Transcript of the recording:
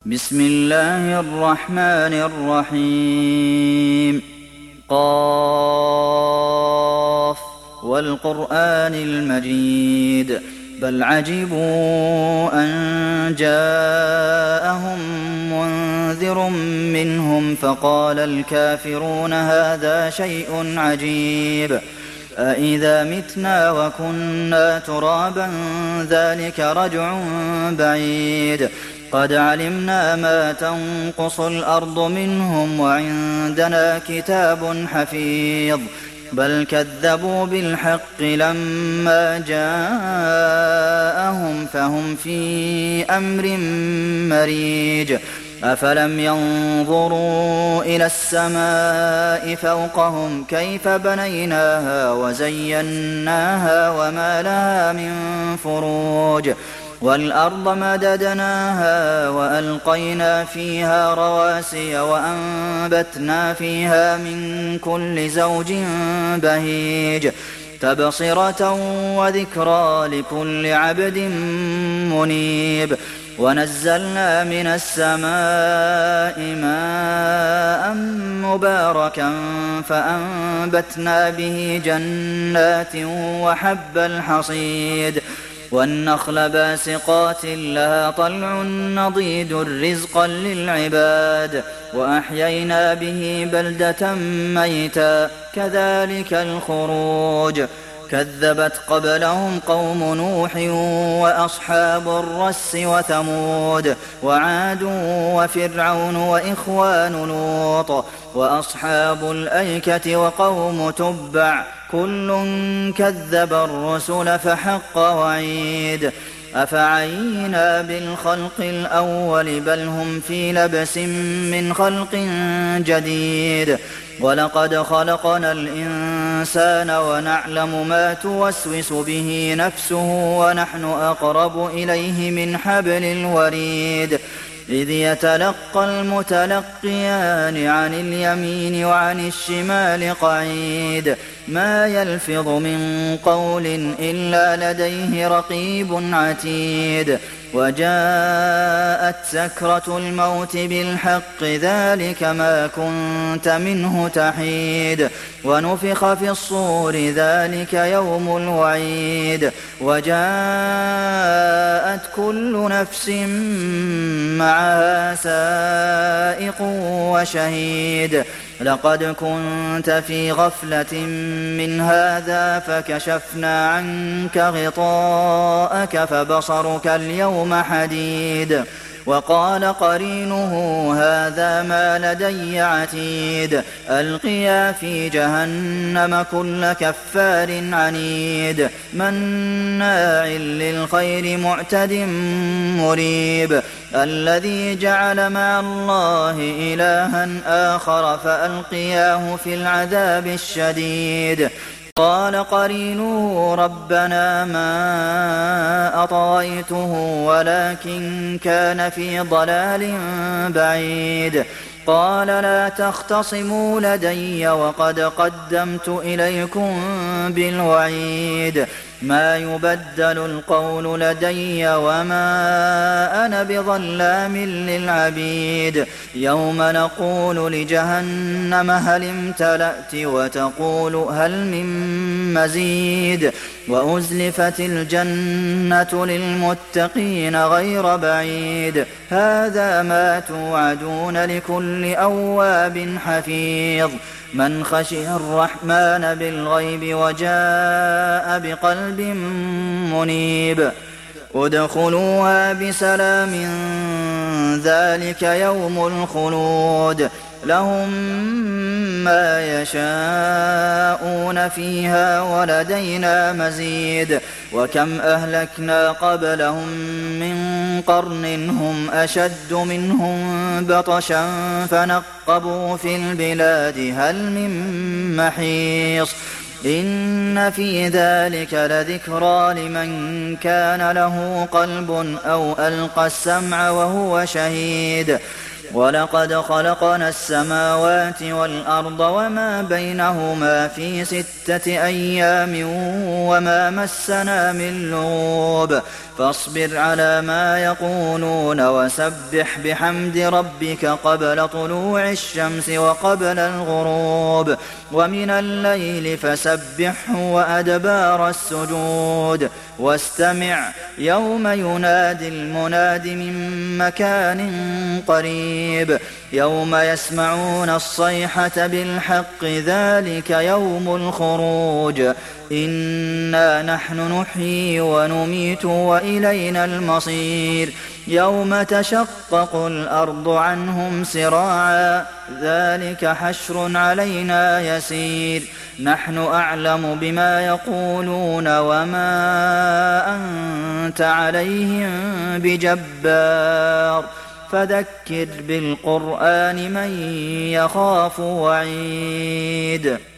بسم الله الرحمن الرحيم قاف والقرآن المجيد بل عجبوا أن جاءهم منذر منهم فقال الكافرون هذا شيء عجيب أإذا متنا وكنا ترابا ذلك رجع بعيد قد علمنا ما تنقص الأرض منهم وعندنا كتاب حفيظ بل كذبوا بالحق لما جاءهم فهم في أمر مريج أفلم ينظروا إلى السماء فوقهم كيف بنيناها وزيناها وما لها من فروج والأرض مددناها وألقينا فيها رواسي وأنبتنا فيها من كل زوج بهيج تبصرة وذكرى لكل عبد منيب ونزلنا من السماء ماء مباركا فأنبتنا به جنات وحب الحصيد والنخل باسقات لها طلع نضيد رزقا للعباد وأحيينا به بلدة ميتا كذلك الخروج كذبت قبلهم قوم نوح وأصحاب الرس وثمود وعاد وفرعون وإخوان لوط وأصحاب الأيكة وقوم تبع كل كذب الرسل فحق وعيد أفعينا بالخلق الأول بل هم في لبس من خلق جديد ولقد خلقنا الإنسان ونعلم ما توسوس به نفسه ونحن أقرب إليه من حبل الوريد إذ يتلقى المتلقيان عن اليمين وعن الشمال قعيد ما يلفظ من قول إلا لديه رقيب عتيد وجاءت سكرة الموت بالحق ذلك ما كنت منه تحيد ونفخ في الصور ذلك يوم الوعيد وجاءت كل نفس معها سائق وشهيد لقد كنت في غفلة من هذا فكشفنا عنك غطاءك فبصرك اليوم حديد وقال قرينه هذا ما لدي عتيد ألقيا في جهنم كل كفار عنيد مناع للخير معتد مريب الذي جعل مع الله إلها آخر فألقياه في العذاب الشديد قال قرينه ربنا ما أطغيته ولكن كان في ضلال بعيد قال لا تختصموا لدي وقد قدمت إليكم بالوعيد ما يبدل القول لدي وما أنا بظلام للعبيد يوم نقول لجهنم هل امتلأت وتقول هل من مزيد وأزلفت الجنة للمتقين غير بعيد هذا ما توعدون لكل أواب حفيظ من خشي الرحمن بالغيب وجاء بقلب منيب ادخلوها بسلام ذلك يوم الخلود لهم ما يشاءون فيها ولدينا مزيد وكم أهلكنا قبلهم من قرن هم أشد منهم بطشا فنقبوا في البلاد هل من محيص إن في ذلك لذكرى لمن كان له قلب أو ألقى السمع وهو شهيد ولقد خلقنا السماوات والأرض وما بينهما في 6 أيام وما مسنا من لغوب فاصبر على ما يقولون وسبح بحمد ربك قبل طلوع الشمس وقبل الغروب ومن الليل فسبحه وأدبار السجود واستمع يوم ينادي المناد من مكان قريب يوم يسمعون الصيحة بالحق ذلك يوم الخروج إنا نحن نحيي ونميت وإلينا المصير يوم تشقق الأرض عنهم سراعا ذلك حشر علينا يسير نحن أعلم بما يقولون وما أنت عليهم بجبار فذكر بالقرآن من يخاف وعيد